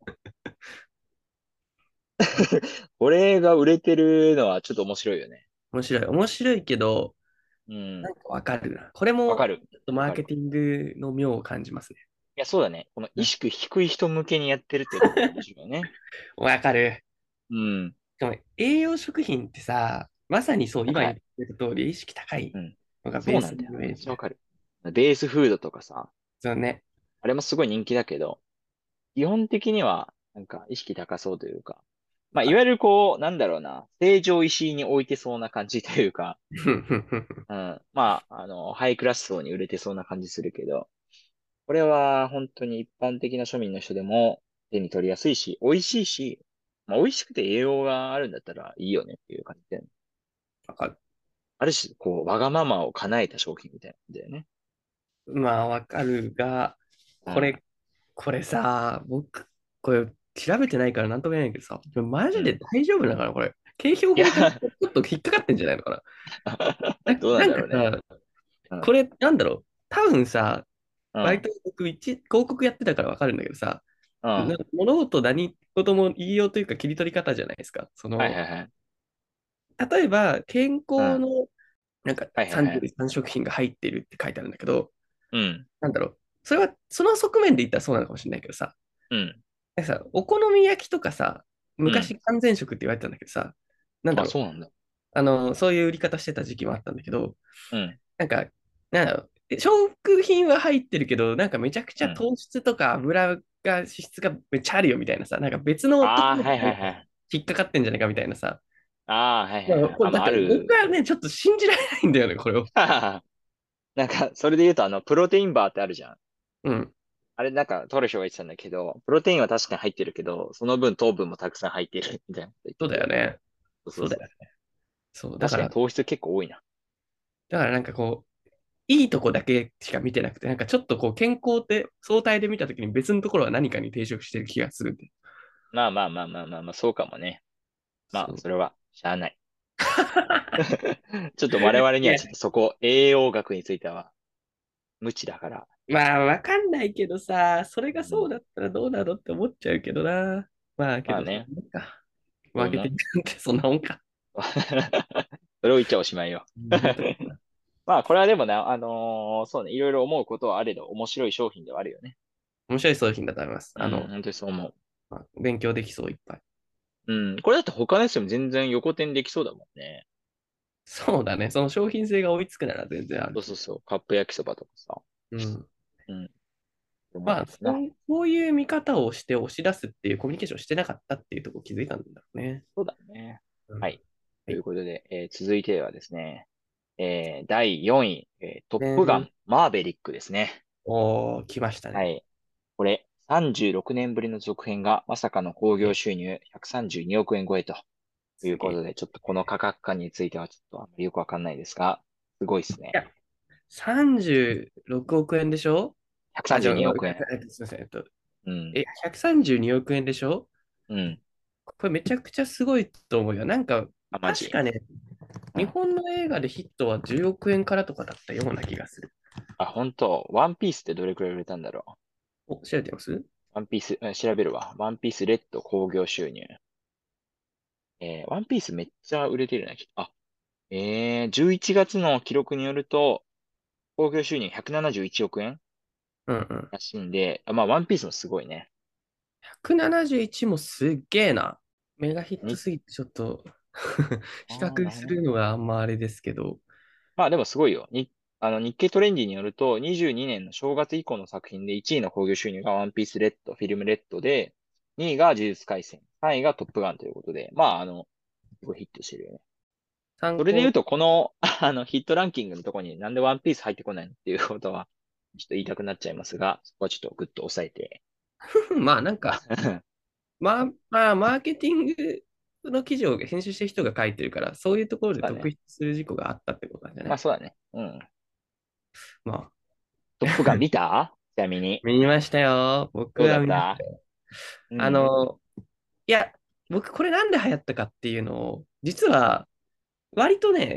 [SPEAKER 2] これが売れてるのはちょっと面白いよね。
[SPEAKER 1] 面白い。面白いけど、
[SPEAKER 2] うん。
[SPEAKER 1] なんかわかるな。これも、
[SPEAKER 2] わかる。
[SPEAKER 1] ちょっとマ
[SPEAKER 2] わかる。
[SPEAKER 1] ーケティングの妙を感じますね。
[SPEAKER 2] いや、そうだね。この意
[SPEAKER 1] な
[SPEAKER 2] 識低い人向けにやってるっていうところが面白いよね。
[SPEAKER 1] わかる。
[SPEAKER 2] うん。
[SPEAKER 1] でも栄養食品ってさ、まさにそう、今言っ
[SPEAKER 2] 高い。
[SPEAKER 1] てる通り、意識高い
[SPEAKER 2] うん。
[SPEAKER 1] のがベースの
[SPEAKER 2] そうなんだよ。
[SPEAKER 1] イメージだ。
[SPEAKER 2] めっちゃわかる。ベースフードとかさ、
[SPEAKER 1] そうね。
[SPEAKER 2] あれもすごい人気だけど、基本的には、なんか意識高そうというか、まあ、いわゆ
[SPEAKER 1] わかる。
[SPEAKER 2] るこう、なんだろうな、成城石井に置いてそうな感じというか、
[SPEAKER 1] ふんふんふんふん。
[SPEAKER 2] うん。まあ、あの、ハイクラス層に売れてそうな感じするけど、これは本当に一般的な庶民の人でも手に取りやすいし、美味しいし、まあ、美味しくて栄養があるんだったらいいよねっていう感じで、
[SPEAKER 1] わかる。
[SPEAKER 2] ある種、こう、わがままを叶えた商品みたいなんだよね。
[SPEAKER 1] まあ、わかるが、
[SPEAKER 2] うん。
[SPEAKER 1] これ、これさ、僕、これ調べてないからなんとも言えないけどさ、マ
[SPEAKER 2] うん。
[SPEAKER 1] ジで大丈夫なのかな、これ。景品
[SPEAKER 2] いや
[SPEAKER 1] 法的にちょっと引っかかってんじゃないのかな。な、
[SPEAKER 2] どうな
[SPEAKER 1] なん
[SPEAKER 2] んだろうね。
[SPEAKER 1] かさ、
[SPEAKER 2] うん。
[SPEAKER 1] これ、なんだろう。多分さ、
[SPEAKER 2] うん。
[SPEAKER 1] 割と僕一、広告やってたからわかるんだけどさ、
[SPEAKER 2] うん。
[SPEAKER 1] な
[SPEAKER 2] は
[SPEAKER 1] 物事何事も言いようというか切り取り方じゃないですか。そ
[SPEAKER 2] いはい
[SPEAKER 1] の、
[SPEAKER 2] はい。
[SPEAKER 1] 例えば、健
[SPEAKER 2] うん。
[SPEAKER 1] 康のなんか
[SPEAKER 2] はいはいはい。
[SPEAKER 1] さんじゅうさん食品が入ってるって書いてあるんだけど、
[SPEAKER 2] うん。
[SPEAKER 1] なんだろう。それは、その側面で言ったらそうなのかもしれないけどさ、
[SPEAKER 2] うん。
[SPEAKER 1] なんかさ、お好み焼きとかさ、
[SPEAKER 2] うん。
[SPEAKER 1] 昔完全食って言われてたんだけどさ、なんだ
[SPEAKER 2] あ、
[SPEAKER 1] ろう。
[SPEAKER 2] そうなんだ。
[SPEAKER 1] あの、そういう売り方してた時期もあったんだけど、
[SPEAKER 2] うん。
[SPEAKER 1] なんか、なんだろう。食品は入ってるけど、なんかめちゃくち
[SPEAKER 2] うん。
[SPEAKER 1] ゃ糖質とか油が、脂質がめっちゃあるよみたいなさ、なんか別のとこ
[SPEAKER 2] ああ、
[SPEAKER 1] ろで
[SPEAKER 2] はいはいはい。
[SPEAKER 1] 引っかかってんじゃないかみたいなさ。
[SPEAKER 2] ああ、はいはいはい。あ、まあ、
[SPEAKER 1] まあこれだって僕
[SPEAKER 2] ある。
[SPEAKER 1] はね、ちょっと信じられないんだよね、これを。
[SPEAKER 2] なんか、それで言うと、あの、プロテインバーってあるじゃん。
[SPEAKER 1] うん。
[SPEAKER 2] あれ、なんか、トルショが言ってたんだけど、プロテインは確かに入ってるけど、その分糖分もたくさん入ってるみたいなこと言っ
[SPEAKER 1] そうだよ
[SPEAKER 2] てて。
[SPEAKER 1] ね。
[SPEAKER 2] そうそうそう。
[SPEAKER 1] そうだよね。そう。だ
[SPEAKER 2] 確かに
[SPEAKER 1] から、
[SPEAKER 2] 糖質結構多いな。
[SPEAKER 1] だからなんかこう、いいとこだけしか見てなくて、なんかちょっとこう、健康って相対で見たときに別のところは何かに抵触してる気がするんで。
[SPEAKER 2] まあまあまあまあまあまあ、そうかもね。まあ、
[SPEAKER 1] そう。
[SPEAKER 2] それは、しゃあない。ちょっと我々
[SPEAKER 1] いや、
[SPEAKER 2] にはちょっとそこ、栄養学については無知だから。
[SPEAKER 1] まあ、わかんないけどさ、それが
[SPEAKER 2] うん、
[SPEAKER 1] そうだったらどうなのって思っちゃうけどな。まあ、けど、そん
[SPEAKER 2] まあね、
[SPEAKER 1] なもんか。マーケティン
[SPEAKER 2] そういうもん。
[SPEAKER 1] グなんてそんなもんか。
[SPEAKER 2] それを言っちゃおしまいよ。
[SPEAKER 1] うん、本当にな。
[SPEAKER 2] まあ、これはでもね、あのーそうね、いろいろ思うことはあれど、面白い商品ではあるよね。
[SPEAKER 1] 面白い商品だと思います。
[SPEAKER 2] うん、
[SPEAKER 1] あの、
[SPEAKER 2] 本当にそう思う。
[SPEAKER 1] まあ、勉強できそう、いっぱい。
[SPEAKER 2] うん、これだって他のやつでも全然横転できそうだもんね。
[SPEAKER 1] そうだね。その商品性が追いつくなら全然あると思
[SPEAKER 2] そうそうそう、カップ焼きそばとかさ。
[SPEAKER 1] う。うん。
[SPEAKER 2] うん、思い
[SPEAKER 1] まあ、
[SPEAKER 2] ますな。
[SPEAKER 1] そう、そういう見方をして押し出すっていうコミュニケーションをしてなかったっていうところ気づいたんだろうね。
[SPEAKER 2] そうだね。
[SPEAKER 1] うん。
[SPEAKER 2] はい。
[SPEAKER 1] はい。
[SPEAKER 2] ということで、えー続いてはですね、えーだいよんい、えートップガ
[SPEAKER 1] で、
[SPEAKER 2] ン、マーベリックですね。
[SPEAKER 1] おー、来ましたね。
[SPEAKER 2] はい。これ、さんじゅうろくねんぶりの続編が、まさかの興行
[SPEAKER 1] え、
[SPEAKER 2] 収入ひゃくさんじゅうにおく円超えとい
[SPEAKER 1] すげえ。い
[SPEAKER 2] うことで、ちょっとこの価格感についてはちょっとあんまりよくわかんないですが、すごいですね。
[SPEAKER 1] や、さんじゅうろくおく円でしょ？あ、じ
[SPEAKER 2] 132
[SPEAKER 1] ゃあ、
[SPEAKER 2] 億円。
[SPEAKER 1] えっとすみません。えっと、
[SPEAKER 2] うん。
[SPEAKER 1] え、ひゃくさんじゅうにおく円でしょ？
[SPEAKER 2] うん。
[SPEAKER 1] これめちゃくちゃすごいと思うよ。なんか、
[SPEAKER 2] あ、マジ。
[SPEAKER 1] 確かね、
[SPEAKER 2] うん。
[SPEAKER 1] 日本の映画でヒットはじゅうおく円からとかだったような気がする。
[SPEAKER 2] あ、本当ワンピースってどれくらい売れたんだろ
[SPEAKER 1] お、調べてます？
[SPEAKER 2] う。ワンピース、え調べるわ。ワンピースレッド興行収入。えーワンピースめっちゃ売れてるな。あ、えー、じゅういちがつの記録によると、興行収入ひゃくななじゅういちおく円
[SPEAKER 1] うんうん。
[SPEAKER 2] らしいんで、あまあ、ワンピースもすごいね。
[SPEAKER 1] ひゃくななじゅういちもすっげえな。メガヒット
[SPEAKER 2] に、
[SPEAKER 1] すぎてちょっと比
[SPEAKER 2] あー、な
[SPEAKER 1] 較す
[SPEAKER 2] るほどね。
[SPEAKER 1] るのがあんまあれですけど。
[SPEAKER 2] まあでもすごいよ。に、あの、日経トレンディによると、にじゅうにねんの正月以降の作品でいちいの興行収入がワンピースレッド、フィルムレッドで、にいが呪術廻戦、さんいがトップガンということで、まあ、あの、すごいヒットしてるよね。
[SPEAKER 1] 参考、
[SPEAKER 2] それで言うと、この、あの、ヒットランキングのところになんでワンピース入ってこないのっていうことは、ちょっと言いたくなっちゃいますが、そこはちょっとグッと抑えて。
[SPEAKER 1] まあなんか、まあまあ、マーケティングの記事を編集してる人が書いてるから、そういうところで特
[SPEAKER 2] そうだね。
[SPEAKER 1] 筆する事故があったってことなんじゃない？
[SPEAKER 2] まあそうだね。うん。
[SPEAKER 1] まあ、
[SPEAKER 2] トップガン見たちなみに。
[SPEAKER 1] 見ましたよ。僕
[SPEAKER 2] どうだ
[SPEAKER 1] は見まし
[SPEAKER 2] った？
[SPEAKER 1] たよ。あ
[SPEAKER 2] うん。
[SPEAKER 1] の、いや、僕これなんで流行ったかっていうのを、実は割とね、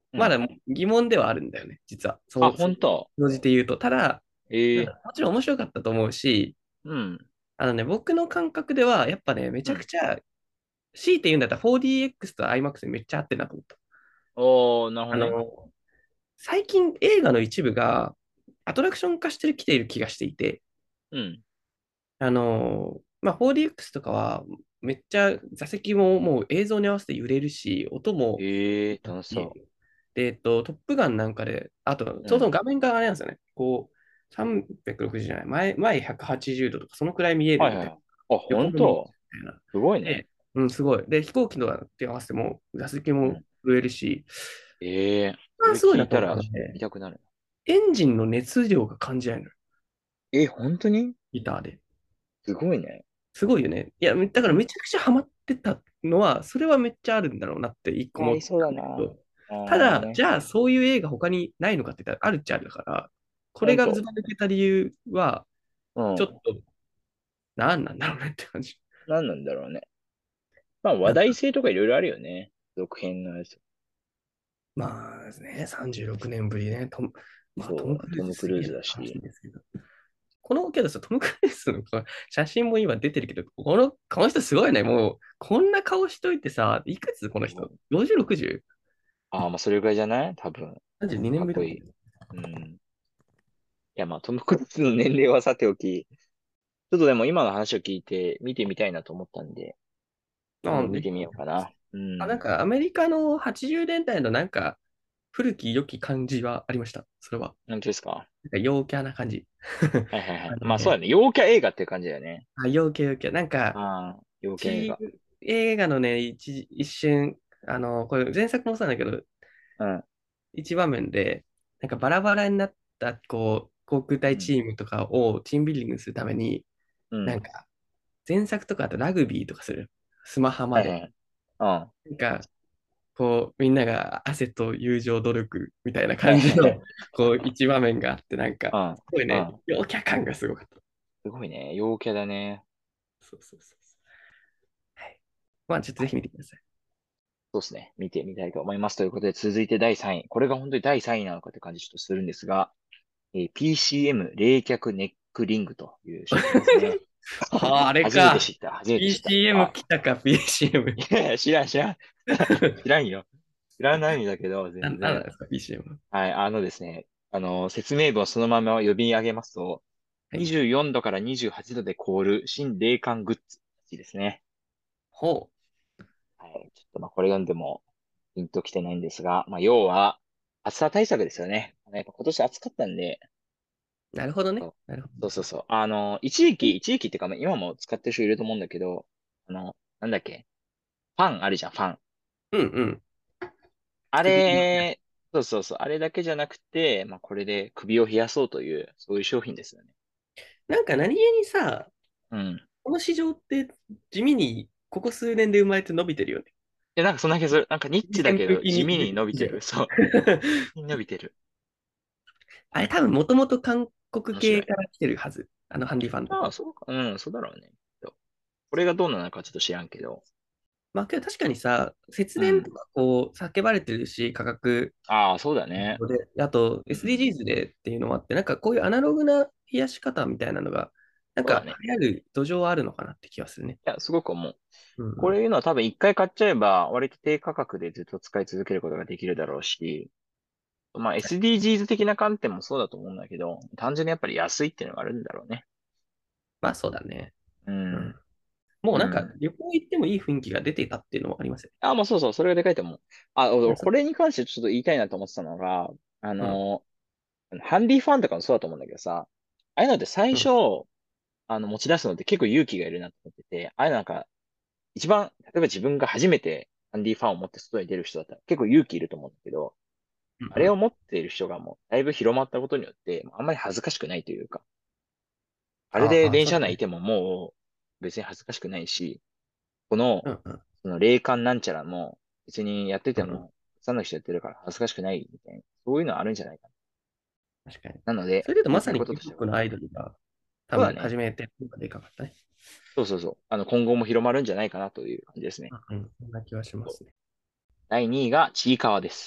[SPEAKER 2] うん。
[SPEAKER 1] まだ疑問ではあるんだよね、実は。
[SPEAKER 2] あ、
[SPEAKER 1] そう、そう、
[SPEAKER 2] 本当。
[SPEAKER 1] のじて言うと。ただ、なん
[SPEAKER 2] ええ、
[SPEAKER 1] だもちろん面白かったと思うし、
[SPEAKER 2] うん。
[SPEAKER 1] あのね、僕の感覚では、やっぱね、めち
[SPEAKER 2] うん。
[SPEAKER 1] ゃくちゃ、強いて言うんだったら フォーディーエックス と アイマックス にめっちゃ合ってるなと思った。
[SPEAKER 2] おー、なるほ
[SPEAKER 1] あ
[SPEAKER 2] どね。
[SPEAKER 1] の、最近映画の一部がアトラクション化してきている気がしていて、
[SPEAKER 2] うん。
[SPEAKER 1] あの、まあ、フォーディーエックス とかはめっちゃ座席ももう映像に合わせて揺れるし、音も
[SPEAKER 2] ええ、楽しそ
[SPEAKER 1] 見える。で、えっと、トップガンなんかで、あと、
[SPEAKER 2] う。うん。
[SPEAKER 1] そもそも画面があれなんですよね。こう、さんびゃくろくじゅうじゃない、前、前ひゃくはちじゅうどとか、そのくらい見えるみたいな。
[SPEAKER 2] はいはいはい。あ、
[SPEAKER 1] 横目もみ
[SPEAKER 2] 本当。
[SPEAKER 1] たいな。
[SPEAKER 2] すごいね。
[SPEAKER 1] で、うん、すごい。で、飛行機とか手合わせても、座席も
[SPEAKER 2] うん。
[SPEAKER 1] 震えるし、
[SPEAKER 2] ええ、それ
[SPEAKER 1] あすごいなと思った
[SPEAKER 2] 聞いたら
[SPEAKER 1] ので、
[SPEAKER 2] 見たくなる。
[SPEAKER 1] エンジンの熱量が感じないのよ、
[SPEAKER 2] え、本当に
[SPEAKER 1] ギターで。
[SPEAKER 2] すごいね。
[SPEAKER 1] すごいよね。いや、だか
[SPEAKER 2] うん。
[SPEAKER 1] らめちゃくちゃハマってたのは、それはめっちゃあるんだろうなって一個
[SPEAKER 2] あ、あ
[SPEAKER 1] 思っ
[SPEAKER 2] りそうだな。
[SPEAKER 1] たんだけど、
[SPEAKER 2] あー、
[SPEAKER 1] ただ、
[SPEAKER 2] なるほどね。
[SPEAKER 1] じゃあそういう映画他にないのかって言ったらあるっちゃあるから、これがず
[SPEAKER 2] 本当。
[SPEAKER 1] ば抜けた理由は、
[SPEAKER 2] うん。
[SPEAKER 1] ちょっと何なんだろうねって感じ。
[SPEAKER 2] 何なんだろうね。まあ、話
[SPEAKER 1] なんか、
[SPEAKER 2] 題性とかいろいろあるよね。続編のやつ。
[SPEAKER 1] まあね、さんじゅうろくねんぶりね、トム、まあトム・
[SPEAKER 2] そう、
[SPEAKER 1] クルーズ
[SPEAKER 2] トム・クルー
[SPEAKER 1] すげえな
[SPEAKER 2] ズだし。
[SPEAKER 1] 話ですけど、このけどさ、トム・クルーズのこの写真も今出てるけど、この、この人すごいね。もう、こんな顔しといてさ、いくつこの人？ よんじゅう、ろくじゅう？
[SPEAKER 2] ああ、まあ、それぐらいじゃない多分。
[SPEAKER 1] さんじゅうに 年ぶりだっけ？
[SPEAKER 2] かっこいい。うん。いや、まあ、トム・クルーズの年齢はさておき、ちょっとでも今の話を聞いて見てみたいなと思ったんで、今
[SPEAKER 1] あ、ぜひ。
[SPEAKER 2] 度見てみようかな。う
[SPEAKER 1] あ、なん
[SPEAKER 2] ん。
[SPEAKER 1] かアメリカのはちじゅうねんだいのなんか古き良き感じはありました。それは。
[SPEAKER 2] 本当ですか？
[SPEAKER 1] なんか陽キャな感じ。
[SPEAKER 2] はいはいはい。
[SPEAKER 1] あのね、
[SPEAKER 2] まあそうだね。陽キャ映画っていう感じだよね。
[SPEAKER 1] あ、陽キャ陽キャ。なんか、
[SPEAKER 2] ああ、陽キャ映
[SPEAKER 1] ち
[SPEAKER 2] 画。
[SPEAKER 1] 映画のね、一、一瞬、あの、これ前作もそうなんだけど、
[SPEAKER 2] うん。
[SPEAKER 1] 一場面で、なんかバラバラになった、こう、航空
[SPEAKER 2] うん。
[SPEAKER 1] 隊チームとかをチームビルディングするために、
[SPEAKER 2] うん。
[SPEAKER 1] なんか、前作とかあとラグビーとかする。スマハマで。
[SPEAKER 2] はいはいはい。うん。は
[SPEAKER 1] なんか、こう、みんなが汗と友情、努力みたいな
[SPEAKER 2] いはいはい。
[SPEAKER 1] 感じの、こう、一場面があって、なんか、
[SPEAKER 2] うん。
[SPEAKER 1] すごいね、
[SPEAKER 2] うん。
[SPEAKER 1] 陽キャ感がすごかった。
[SPEAKER 2] すごいね。陽キャだね。
[SPEAKER 1] そうそうそうそう。はい。まあ、ちょっとぜひ見てください。
[SPEAKER 2] そうですね。見てみたいと思います。ということで、続いてだいさんい。これが本当にだいさんいなのかって感じちょっとするんですが、えー ピーシーエム 冷却ネックリングという商品ですね。
[SPEAKER 1] ああ、あれ
[SPEAKER 2] 初めて
[SPEAKER 1] か。
[SPEAKER 2] 知った。初めて知った。
[SPEAKER 1] ピーシーエム
[SPEAKER 2] あ、
[SPEAKER 1] 来たか、ピーシーエム。
[SPEAKER 2] いやいや、知らん、知らん。知らんよ。知らないんだけど、
[SPEAKER 1] な、
[SPEAKER 2] 全然。
[SPEAKER 1] なんなんですか、ピーシーエム。
[SPEAKER 2] はい、あのですね、あの、説明文をそのまま読み上げますと、
[SPEAKER 1] はい。
[SPEAKER 2] にじゅうよんどからにじゅうはちどで凍る新冷感グッズらしいですね。
[SPEAKER 1] ほ
[SPEAKER 2] はい、ちょっとまあこれ読んでもピンときてないんですが、まあ要は暑さ対策ですよね。やっぱ今年暑かったんで、
[SPEAKER 1] う。なるほどね。
[SPEAKER 2] そう
[SPEAKER 1] なるほ
[SPEAKER 2] そうそうそう。あの、一時期、一時期っていうか、まあ今も使ってる人いると思うんだけど、あの、なんだっけ、ファンあるじゃん、ファン。
[SPEAKER 1] ど。うんうん。
[SPEAKER 2] あ
[SPEAKER 1] 首のや
[SPEAKER 2] れ、そうそうそう、あれだけじゃなくて、まあこれで首を冷やそうという、そういう商品ですよね。
[SPEAKER 1] なんか何気にさ、
[SPEAKER 2] うん。
[SPEAKER 1] この市場って地味にここ数年で生まれて伸びてるよね。
[SPEAKER 2] で、なんかそんな気がする。なんかニッチだ
[SPEAKER 1] 扇
[SPEAKER 2] けど地味
[SPEAKER 1] 風機に出
[SPEAKER 2] に伸びてる。
[SPEAKER 1] てきて。
[SPEAKER 2] そう。伸びてる。
[SPEAKER 1] あれ多分もともと韓国
[SPEAKER 2] 面白い。
[SPEAKER 1] 系から来てるはず。あのハンディファンとか。
[SPEAKER 2] ああ、そうか。うん、そうだろうね。これがどうなのかちょっと知らんけど。
[SPEAKER 1] まあけど確かにさ、節
[SPEAKER 2] うん。
[SPEAKER 1] 電とかこう叫ばれてるし、価格
[SPEAKER 2] ああ、そうだね。
[SPEAKER 1] で、あと
[SPEAKER 2] うん。
[SPEAKER 1] エスディージーズ でっていうのもあって、なんかこういうアナログな冷やし方みたいなのが、なんか
[SPEAKER 2] そうだね。
[SPEAKER 1] 流行る土壌はあるのかなって気がするね。
[SPEAKER 2] いや、すごく思う。
[SPEAKER 1] うんうん。
[SPEAKER 2] これいうのは多分一回買っちゃえば、割と低価格でずっと使い続けることができるだろうし、まあ エスディージーズ 的な観点もそうだと思うんだけど、単純にやっぱり安いっていうのがあるんだろうね。
[SPEAKER 1] まあそうだね。
[SPEAKER 2] う
[SPEAKER 1] うん。
[SPEAKER 2] ん。
[SPEAKER 1] もうなんか
[SPEAKER 2] うん。
[SPEAKER 1] 旅行行ってもいい雰囲気が出てたっていうのもありますよ
[SPEAKER 2] あ、まあそうそう、それがでかいと思う。あ、俺
[SPEAKER 1] ね。そ
[SPEAKER 2] これに関してちょっと言いたいなと思ってたのが、あ
[SPEAKER 1] うん。
[SPEAKER 2] の、ハンディファンとかもそうだと思うんだけどさ、ああいうのって最
[SPEAKER 1] うん。
[SPEAKER 2] 初、あの、持ち出すのって結構勇気がいるなと思ってて、ああいうのなんか、一番、例えば自分が初めてハンディファンを持って外に出る人だったら結構勇気いると思うんだけど、あれを
[SPEAKER 1] うんうん。
[SPEAKER 2] 持っている人がもうだいぶ広まったことによって、あんまり恥ずかしくないというか、あれ
[SPEAKER 1] ああ、
[SPEAKER 2] で電
[SPEAKER 1] そうだね。
[SPEAKER 2] 車内いてももう別に恥ずかしくないし、この、
[SPEAKER 1] うんうん。
[SPEAKER 2] その霊感なんちゃらも別にやって
[SPEAKER 1] うんうん。
[SPEAKER 2] ても、たくさんの人やってるから恥ずかしくないみたいな、そういうのあるんじゃないか
[SPEAKER 1] 確かに。
[SPEAKER 2] な。なので、
[SPEAKER 1] それで言うと
[SPEAKER 2] 言いたい
[SPEAKER 1] まさに
[SPEAKER 2] こととしては、
[SPEAKER 1] K-ポップ のアイドルが多分
[SPEAKER 2] そうだね。
[SPEAKER 1] 始めてるのがでかかったね。
[SPEAKER 2] そうそうそう。あの、今後も広まるんじゃないかなという感じですね。
[SPEAKER 1] うんうん。そんな気はしますね。
[SPEAKER 2] だいにいがちいかわです。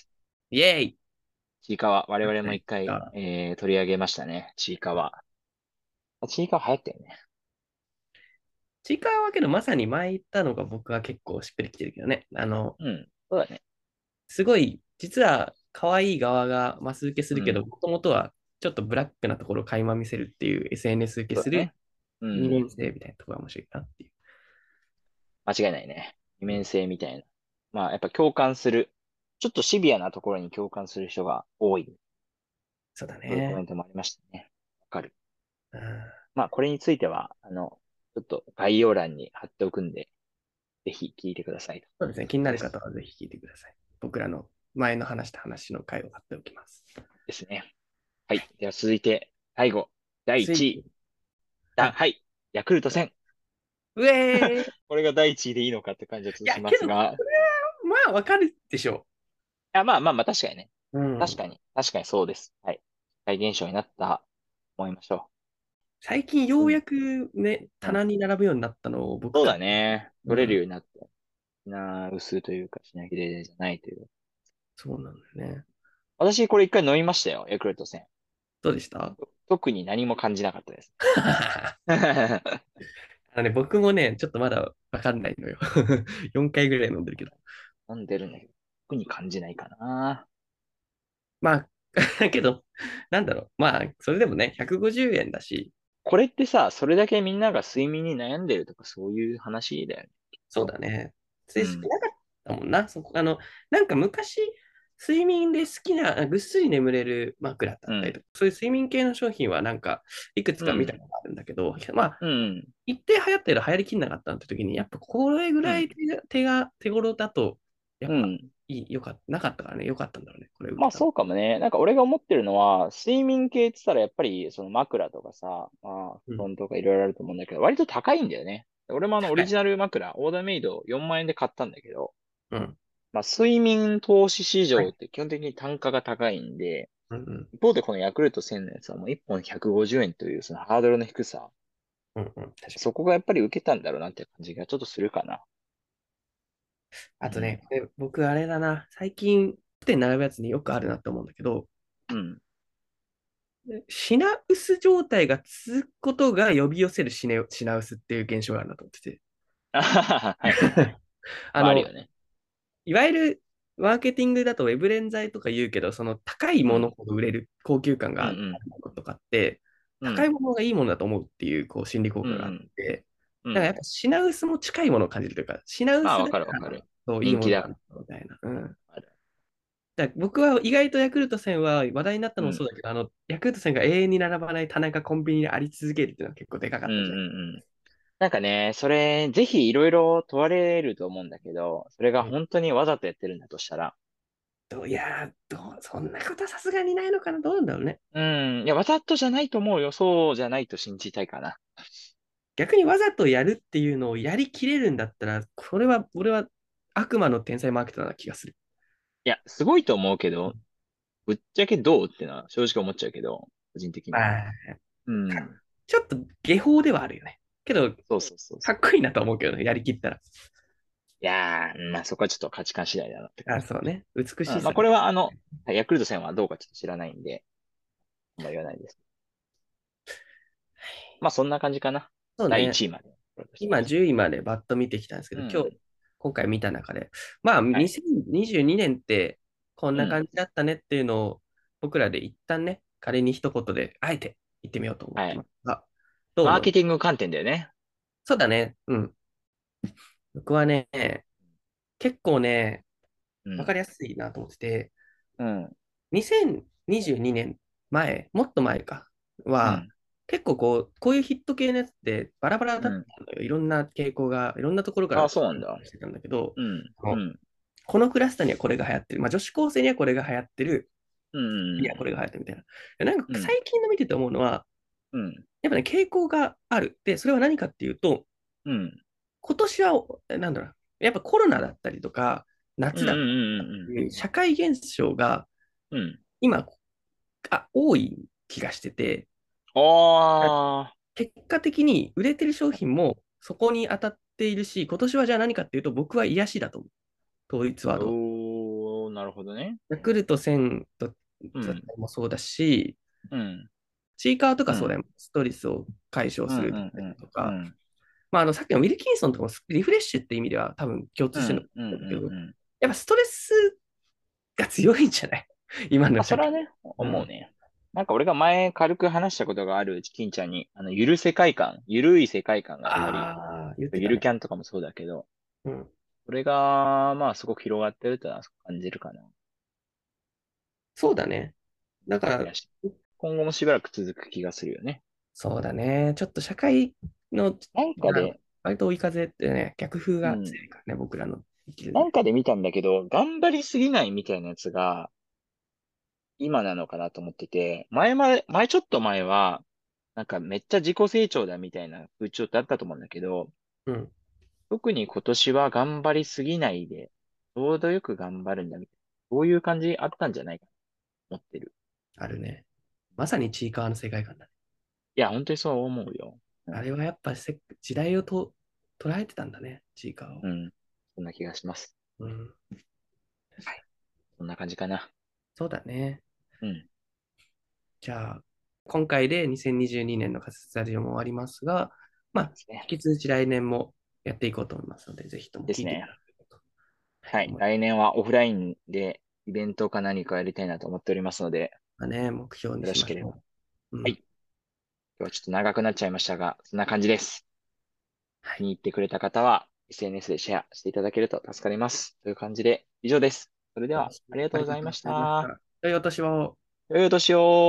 [SPEAKER 1] イエーイ。
[SPEAKER 2] ちいかわ。我々も
[SPEAKER 1] はい
[SPEAKER 2] 一回、
[SPEAKER 1] か
[SPEAKER 2] えー、取り上げましたね。ちいかわ。あちいかわ流行ったよね。
[SPEAKER 1] ちいかわはけど、まさに前言ったのが僕は結構しっくりきてるけどね。あの、
[SPEAKER 2] うん。そうだね。
[SPEAKER 1] すごい、実は可愛い側がマス受けするけど、
[SPEAKER 2] うん。
[SPEAKER 1] もともとはちょっとブラックなところを垣間見せるっていう エスエヌエス 受けする
[SPEAKER 2] そうだね。う
[SPEAKER 1] にねん
[SPEAKER 2] ん。
[SPEAKER 1] 生みたいなところが面白いなっていう。
[SPEAKER 2] 間違いないね。二
[SPEAKER 1] うん、
[SPEAKER 2] 面性みたいな。まあ、やっぱ共感する。ちょっとシビアなところに共感する人が多い。
[SPEAKER 1] そうだ
[SPEAKER 2] そういうコメ
[SPEAKER 1] ね。
[SPEAKER 2] ントもありましたね。わかる。
[SPEAKER 1] うん、
[SPEAKER 2] まあ、これについては、あの、ちょっと概要欄に貼っておくんで、ぜひ聞いてくださいと。
[SPEAKER 1] そうですね。気になる
[SPEAKER 2] です。
[SPEAKER 1] 方はぜひ聞いてください。僕らの前の話した話の回を貼っておきます。
[SPEAKER 2] ですね。はい。では続いて、最後、だい1
[SPEAKER 1] つい
[SPEAKER 2] 位。だ、
[SPEAKER 1] あ、
[SPEAKER 2] はい。ヤクルトせん。
[SPEAKER 1] うえーい。
[SPEAKER 2] これがだいいちいでいいのかって感じはちょっと
[SPEAKER 1] や、
[SPEAKER 2] しま
[SPEAKER 1] けど、こ
[SPEAKER 2] すが、
[SPEAKER 1] れはまあ、わかるでしょ
[SPEAKER 2] あ、まあまあまあ、確かにね。
[SPEAKER 1] う。うん。
[SPEAKER 2] 確かに。確かにそうです。はい。大現象になった思いましょ
[SPEAKER 1] 最近よ
[SPEAKER 2] う。うん。
[SPEAKER 1] うやくね、
[SPEAKER 2] うん。
[SPEAKER 1] 棚に並ぶようになったのを僕
[SPEAKER 2] そうだ
[SPEAKER 1] 買った。
[SPEAKER 2] ね。取れる
[SPEAKER 1] うん。
[SPEAKER 2] ようになって。品薄というか、品切れじゃないという。
[SPEAKER 1] そうなんだよね。
[SPEAKER 2] 私、これ一回飲みましたよ。ヤクルトせん。
[SPEAKER 1] どうでした？
[SPEAKER 2] 特に何も感じなかったです。
[SPEAKER 1] あのね、僕もね、ちょっとまだわかんないのよ。よんかいぐらい飲んでるけど。
[SPEAKER 2] 飲んでるんだけど、特に感じないかな。
[SPEAKER 1] まあ、だけど、なんだろう。まあ、それでもね、ひゃくごじゅうえんだし、
[SPEAKER 2] これってさ、それだけみんなが睡眠に悩んでるとかそういう話だよね。きっと。
[SPEAKER 1] そうだね。正式
[SPEAKER 2] うん。
[SPEAKER 1] なかったもんな。そこ、あの、なんか昔、睡眠で好きな、あぐっすり眠れる枕だ
[SPEAKER 2] うん。
[SPEAKER 1] ったりとか、そういう睡眠系の商品はなんか、いくつか見た
[SPEAKER 2] うん。
[SPEAKER 1] ことあるんだけど、まあ、
[SPEAKER 2] うん。
[SPEAKER 1] 一定流行ってる流行りきんなかったって時に、やっぱこれぐ
[SPEAKER 2] うん。
[SPEAKER 1] らい手が、手が手頃だと、やっぱ
[SPEAKER 2] うん。
[SPEAKER 1] いい、よかった、なかったからね、よかったんだろうね、これ受けたの。
[SPEAKER 2] まあそうかもね。なんか俺が思ってるのは、睡眠系って言ったらやっぱりその枕とかさ、まあ
[SPEAKER 1] うん。
[SPEAKER 2] 布団とかいろいろあると思うんだけど、割と高いんだよね。俺もあのオ
[SPEAKER 1] 高い。
[SPEAKER 2] リジナル枕、オーダーメイドよんまん円で買ったんだけど、
[SPEAKER 1] うん。
[SPEAKER 2] まあ睡眠投資市
[SPEAKER 1] はい。
[SPEAKER 2] 場って基本的に単価が高いんで、
[SPEAKER 1] うんうん。
[SPEAKER 2] 一方でこのヤクルトせんのやつはもういっぽんひゃくごじゅうえんというそのハードルの低さ、
[SPEAKER 1] うんうん。確かに。
[SPEAKER 2] そこがやっぱり受けたんだろうなって感じがちょっとするかな。
[SPEAKER 1] あとね、
[SPEAKER 2] うん。
[SPEAKER 1] これ僕あれだな、最近、手並ぶやつによくあるなと思うんだけど、
[SPEAKER 2] うん。
[SPEAKER 1] 品薄状態が続くことが呼び寄せる品品薄っていう現象があるなと思ってて。
[SPEAKER 2] あはははいはいはい。
[SPEAKER 1] あの、
[SPEAKER 2] まああるよね。
[SPEAKER 1] いわゆるマーケティングだとウェブ連載とか言うけど、その高い
[SPEAKER 2] うん。
[SPEAKER 1] ものほど売れる高級感がある
[SPEAKER 2] うんうん。
[SPEAKER 1] ものとかって、高い
[SPEAKER 2] うん。
[SPEAKER 1] ものがいいものだと思うっていうこう心理効果があっ
[SPEAKER 2] うん。
[SPEAKER 1] て、
[SPEAKER 2] うん。うん。
[SPEAKER 1] だからやっぱ品薄も近いものを感じるというか、品
[SPEAKER 2] まあわ
[SPEAKER 1] 薄だから
[SPEAKER 2] かるわかる。
[SPEAKER 1] そういい
[SPEAKER 2] 人気だか
[SPEAKER 1] ものなんだみたいな。うん。
[SPEAKER 2] ら。ある。
[SPEAKER 1] だから僕は意外とヤクルトせんは話題になった
[SPEAKER 2] うん。
[SPEAKER 1] のもそうだけど、あの、ヤクルトせんが永遠に並ばない棚がコンビニにあり続けるっていうのは結構でかか
[SPEAKER 2] うんうん
[SPEAKER 1] ったじゃん。
[SPEAKER 2] うん。なんかね、それ、ぜひいろいろ問われると思うんだけど、それが
[SPEAKER 1] うん。
[SPEAKER 2] 本当にわざとやってるんだとしたら、
[SPEAKER 1] どういやーどう、そんなことはさすがにないのかな。どうなんだろうね。
[SPEAKER 2] うん、いや、わざとじゃないと思うよ。そうじゃないと信じたいかな。
[SPEAKER 1] 逆にわざとやるっていうのをやりきれるんだったら、これは、俺は悪魔の天才マーケターな気がする。
[SPEAKER 2] いや、すごいと思うけど、ぶっちゃけどうってのは正直思っちゃうけど、個人的には。
[SPEAKER 1] ああ、
[SPEAKER 2] う
[SPEAKER 1] か
[SPEAKER 2] ん。
[SPEAKER 1] ちょっと下法ではあるよね。けど、
[SPEAKER 2] そうそうそうそう。
[SPEAKER 1] かっこいいなと思うけどね、やりきったら。
[SPEAKER 2] いやー、まあそこはちょっと価値観次第だなって感
[SPEAKER 1] あ、
[SPEAKER 2] じ。
[SPEAKER 1] そうね。美
[SPEAKER 2] うん、まあ
[SPEAKER 1] しさね。
[SPEAKER 2] これはあの、はいヤクルト戦はどうかちょっと知らないんで、あんま言わないです。まあそんな感じかな。だいいち
[SPEAKER 1] そうね。
[SPEAKER 2] いまで。
[SPEAKER 1] 今じゅういまでバッと見てきたんですけど、今日、
[SPEAKER 2] うん。
[SPEAKER 1] 今回見た中で、まあ、
[SPEAKER 2] はい。
[SPEAKER 1] にせんにじゅうにねんってこん
[SPEAKER 2] うん。
[SPEAKER 1] な感じだったねっていうのを、僕らで一旦ね、仮に一言で、あえて言ってみようと思っ
[SPEAKER 2] はい。
[SPEAKER 1] てますが、どう
[SPEAKER 2] マーケ
[SPEAKER 1] 思います？
[SPEAKER 2] ティング観点だよね。
[SPEAKER 1] そうだね。うん。僕はね、結構ね、
[SPEAKER 2] うん。
[SPEAKER 1] わかりやすいなと思ってて、
[SPEAKER 2] うん。
[SPEAKER 1] にせんにじゅうにねんまえ、もっと前か、は、
[SPEAKER 2] うん。
[SPEAKER 1] 結構こう、こういうヒット系のやつってバラバラだった
[SPEAKER 2] うん。
[SPEAKER 1] のよ。いろんな傾向が、いろんなところから
[SPEAKER 2] あ、そうなんだ。
[SPEAKER 1] してたんだけど、
[SPEAKER 2] うん。
[SPEAKER 1] あの
[SPEAKER 2] うん。
[SPEAKER 1] このクラスターにはこれが流行ってる。まあ、女子高生にはこれが流行ってる。
[SPEAKER 2] うん。
[SPEAKER 1] いや、これが流行ってるみたいな。でなん
[SPEAKER 2] うん。
[SPEAKER 1] か最近の見てて思うのは、
[SPEAKER 2] うん。
[SPEAKER 1] やっぱね、傾向がある。で、それは何かっていうと、
[SPEAKER 2] うん。
[SPEAKER 1] 今年は、なんだろう、やっぱコロナだったりとか、
[SPEAKER 2] うん。う
[SPEAKER 1] 夏だった
[SPEAKER 2] ん。
[SPEAKER 1] り、社会現象が
[SPEAKER 2] うん。うん。
[SPEAKER 1] 今、あ、多い気がしてて、
[SPEAKER 2] あ
[SPEAKER 1] 結果的に売れてる商品もそこに当たっているし、今年はじゃあ何かっていうと、僕は癒しだと思う。統一ワ
[SPEAKER 2] ー。
[SPEAKER 1] ード。
[SPEAKER 2] おー、 なるほどね。
[SPEAKER 1] ヤクルトせんと
[SPEAKER 2] うん。
[SPEAKER 1] もそうだし、
[SPEAKER 2] うん。
[SPEAKER 1] チーカーと
[SPEAKER 2] うん。
[SPEAKER 1] かそうだよ。ストレスを解消
[SPEAKER 2] うん。
[SPEAKER 1] する
[SPEAKER 2] うん。
[SPEAKER 1] とか、
[SPEAKER 2] うん。
[SPEAKER 1] まあ、あの、さっきのウィルキンソンとかもリフレッシュって意味では多分共通してる
[SPEAKER 2] うん。うん。うん。
[SPEAKER 1] んだけど、
[SPEAKER 2] うん。
[SPEAKER 1] やっぱストレスが強いんじゃない？今の
[SPEAKER 2] まあ、そ
[SPEAKER 1] 社会。
[SPEAKER 2] れはね、
[SPEAKER 1] うん。
[SPEAKER 2] 思うね。なんか俺が前軽く話したことがある金ちゃんに、あの、ゆる世界観、ゆるい世界観がやっぱり、
[SPEAKER 1] ああ、言って
[SPEAKER 2] ゆる
[SPEAKER 1] たね。
[SPEAKER 2] キャンとかもそうだけど、
[SPEAKER 1] うん。
[SPEAKER 2] これが、まあ、すごく広がってるってのは感じるかな。
[SPEAKER 1] そうだね。だから、
[SPEAKER 2] 気がし今後もしばらく続く気がするよね。
[SPEAKER 1] そうだね。ちょっと社会の、
[SPEAKER 2] なんか
[SPEAKER 1] まあ、
[SPEAKER 2] で、
[SPEAKER 1] 割と追い風ってね、逆風が
[SPEAKER 2] うん。
[SPEAKER 1] 強いからね、僕らの生きる上で。
[SPEAKER 2] なんかで見たんだけど、頑張りすぎないみたいなやつが今なのかなと思ってて、前まで、前ちょっと前は、なんかめっちゃ自己成長だみたいな風潮ってあったと思うんだけど、
[SPEAKER 1] うん。
[SPEAKER 2] 特に今年は頑張りすぎないで、ちょうどよく頑張るんだみたいな、そういう感じあったんじゃないかなと思ってる。
[SPEAKER 1] あるね。まさにチーカーの世界観だね。
[SPEAKER 2] いや、本当にそう思うよ。うん。
[SPEAKER 1] あれはやっぱせ時代をと捉えてたんだね、チーカーを。
[SPEAKER 2] うん。そんな気がします。
[SPEAKER 1] うん。
[SPEAKER 2] はい。そんな感じかな。
[SPEAKER 1] そうだね。
[SPEAKER 2] うん。
[SPEAKER 1] じゃあ、今回でにせんにじゅうにねんの仮説ラジオも終わりますが、まあ、
[SPEAKER 2] ですね。
[SPEAKER 1] 引き続き来年もやっていこうと思いますので、ぜひとも聞いていた
[SPEAKER 2] ですね。
[SPEAKER 1] だければと、はい、
[SPEAKER 2] はい。
[SPEAKER 1] 思い
[SPEAKER 2] 来年はオフラインでイベントか何かやりたいなと思っておりますので、
[SPEAKER 1] ますね。目標に
[SPEAKER 2] よろしければ。
[SPEAKER 1] しましょう。う
[SPEAKER 2] はい。
[SPEAKER 1] ん。
[SPEAKER 2] 今日はちょっと長くなっちゃいましたが、そんな感じです。
[SPEAKER 1] はい。
[SPEAKER 2] 気に入ってくれた方は エスエヌエス でシェアしていただけると助かります。という感じで以上です。それでは、ありがとう
[SPEAKER 1] ありがとうご
[SPEAKER 2] ございまし
[SPEAKER 1] ざいまし
[SPEAKER 2] た。
[SPEAKER 1] た。良いお年を。
[SPEAKER 2] 良いお年を。